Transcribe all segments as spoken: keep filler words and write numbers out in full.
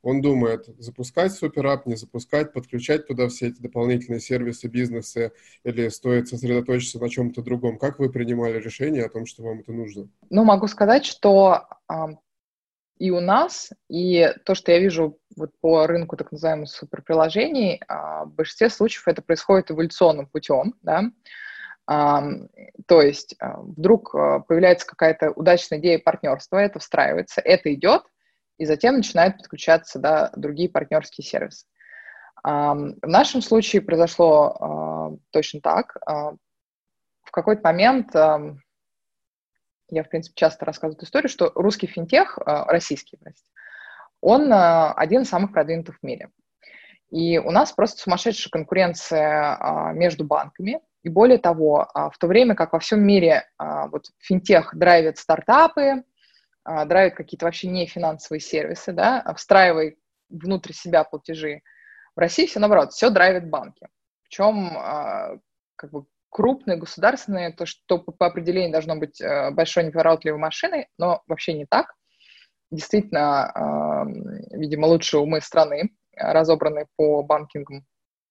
Он думает, запускать суперап, не запускать, подключать туда все эти дополнительные сервисы, бизнесы, или стоит сосредоточиться на чем-то другом. Как вы принимали решение о том, что вам это нужно? Ну, могу сказать, что а, и у нас, и то, что я вижу вот по рынку так называемых суперприложений, а, в большинстве случаев это происходит эволюционным путем, да. А, то есть а, вдруг а, появляется какая-то удачная идея партнерства, это встраивается, это идет, и затем начинают подключаться, да, другие партнерские сервисы. А, в нашем случае произошло а, точно так. А, в какой-то момент, а, я, в принципе, часто рассказываю эту историю, что русский финтех, а, российский, простите, он а, один из самых продвинутых в мире. И у нас просто сумасшедшая конкуренция а, между банками. И более того, а, в то время как во всем мире а, вот финтех драйвит стартапы, а, драйвит какие-то вообще не финансовые сервисы, да, встраивая внутрь себя платежи, в России все наоборот, все драйвит банки. Причем а, как бы крупные, государственные, то, что по определению должно быть а, большой неповоротливой машиной, но вообще не так. Действительно, а, видимо, лучшие умы страны, разобранные по банкингу.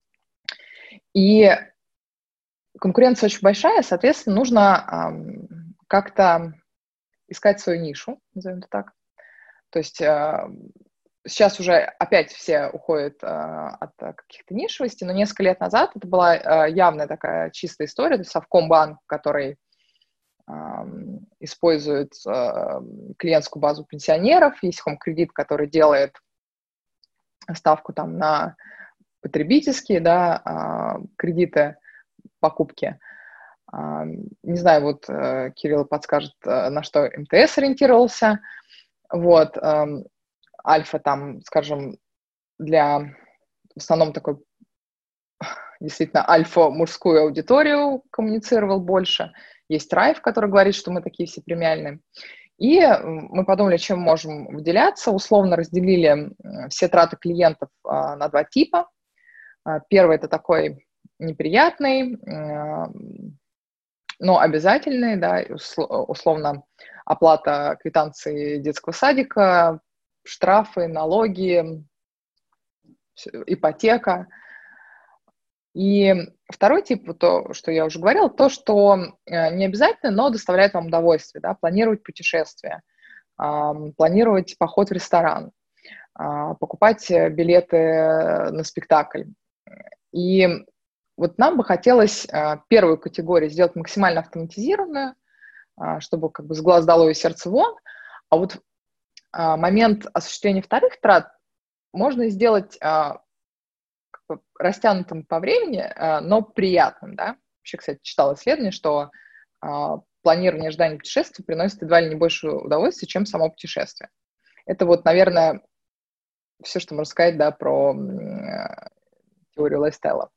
И конкуренция очень большая, соответственно, нужно э, как-то искать свою нишу, назовем это так. То есть э, сейчас уже опять все уходят э, от каких-то нишевостей, но несколько лет назад это была э, явная такая чистая история, то есть Совкомбанк, который э, использует э, клиентскую базу пенсионеров, есть Хомкредит, который делает ставку там на потребительские, да, кредиты, покупки. Не знаю, вот Кирилл подскажет, на что эм тэ эс ориентировался. Вот. Альфа там, скажем, для в основном такой действительно альфа-мужскую аудиторию коммуницировал больше. Есть Райф, который говорит, что мы такие все премиальные. И мы подумали, чем можем выделяться. Условно разделили все траты клиентов на два типа. Первый – это такой неприятный, но обязательный, да, условно оплата квитанции детского садика, штрафы, налоги, ипотека. И второй тип, то, что я уже говорила, то, что не обязательно, но доставляет вам удовольствие, да, планировать путешествия, планировать поход в ресторан, покупать билеты на спектакль. И вот нам бы хотелось первую категорию сделать максимально автоматизированную, чтобы как бы с глаз долой и сердца вон, а вот момент осуществления вторых трат можно сделать растянутым по времени, но приятным, да. Вообще, кстати, читала исследование, что планирование ожидания путешествия приносит едва ли не больше удовольствия, чем само путешествие. Это вот, наверное, все, что можно сказать, да, про теорию лайфстайла.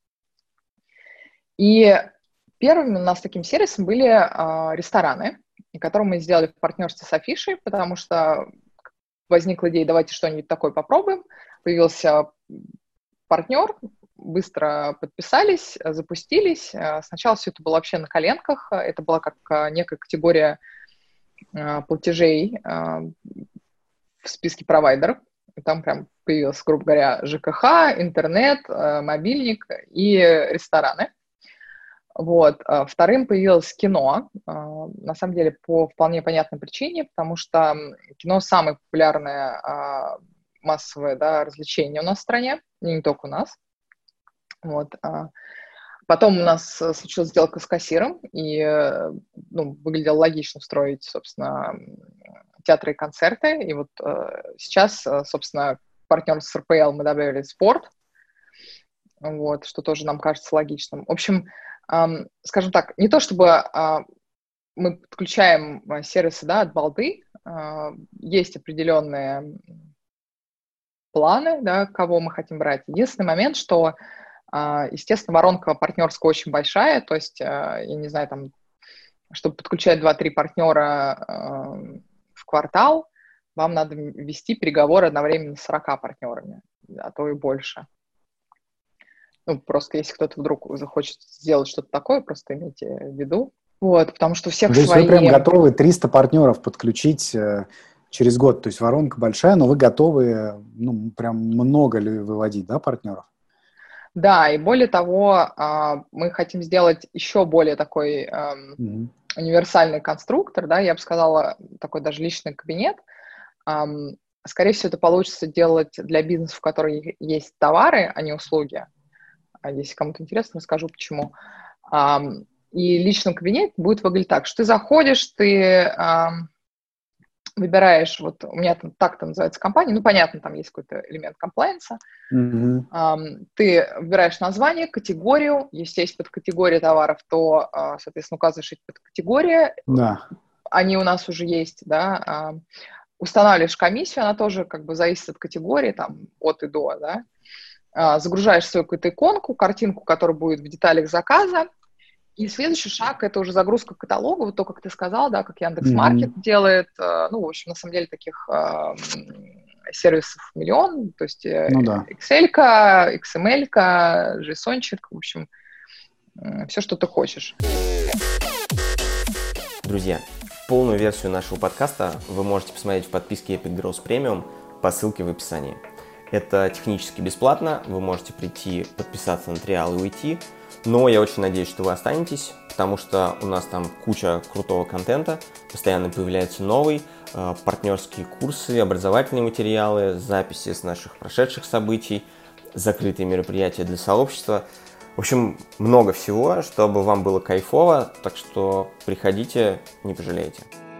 И первыми у нас таким сервисом были рестораны, которые мы сделали в партнерстве с Афишей, потому что возникла идея, давайте что-нибудь такое попробуем. Появился партнер, быстро подписались, запустились. Сначала все это было вообще на коленках. Это была как некая категория платежей в списке провайдеров. Там прям появился, грубо говоря, ЖКХ, интернет, мобильник и рестораны. Вот. Вторым появилось кино. На самом деле, по вполне понятной причине, потому что кино самое популярное массовое, да, развлечение у нас в стране, и не только у нас. Вот. Потом у нас случилась сделка с кассиром, и ну, выглядело логично строить, собственно, театры и концерты. И вот сейчас, собственно, партнер с эр пэ эл мы добавили спорт, вот, что тоже нам кажется логичным. В общем, скажем так, не то чтобы мы подключаем сервисы, да, от балды, есть определенные планы, да, кого мы хотим брать. Единственный момент, что, естественно, воронка партнерская очень большая, то есть, я не знаю, там, чтобы подключать два-три партнера в квартал, вам надо вести переговоры одновременно с сорока партнерами, а то и больше. Ну, просто если кто-то вдруг захочет сделать что-то такое, просто имейте в виду. Вот, потому что у всех то есть свои... вы прям готовы триста партнеров подключить через год? То есть воронка большая, но вы готовы, ну, прям много ли выводить, да, партнеров? Да, и более того, мы хотим сделать еще более такой mm-hmm. универсальный конструктор, да, я бы сказала, такой даже личный кабинет. Скорее всего, это получится делать для бизнеса, в котором есть товары, а не услуги. Если кому-то интересно, расскажу, почему. И личный кабинет будет выглядеть так, что ты заходишь, ты выбираешь, вот у меня там так-то называется компания, ну, понятно, там есть какой-то элемент комплайенса. Mm-hmm. Um, ты выбираешь название, категорию, если есть подкатегория товаров, то, uh, соответственно, указываешь эти подкатегории. Да. Они у нас уже есть, да. Uh, устанавливаешь комиссию, она тоже как бы зависит от категории, там, от и до, да. Uh, загружаешь свою какую-то иконку, картинку, которая будет в деталях заказа. И следующий шаг — это уже загрузка каталога, вот то, как ты сказал, да, как Яндекс.Маркет mm-hmm. делает. Ну, в общем, на самом деле таких э, сервисов миллион, то есть ну, да. Excel-ка, икс эм эль-ка, JSON-чик, в общем, э, все, что ты хочешь. Друзья, полную версию нашего подкаста вы можете посмотреть в подписке Epic Growth Premium по ссылке в описании. Это технически бесплатно, вы можете прийти, подписаться на триал и уйти. Но я очень надеюсь, что вы останетесь, потому что у нас там куча крутого контента, постоянно появляется новый, э, партнерские курсы, образовательные материалы, записи с наших прошедших событий, закрытые мероприятия для сообщества. В общем, много всего, чтобы вам было кайфово, так что приходите, не пожалеете.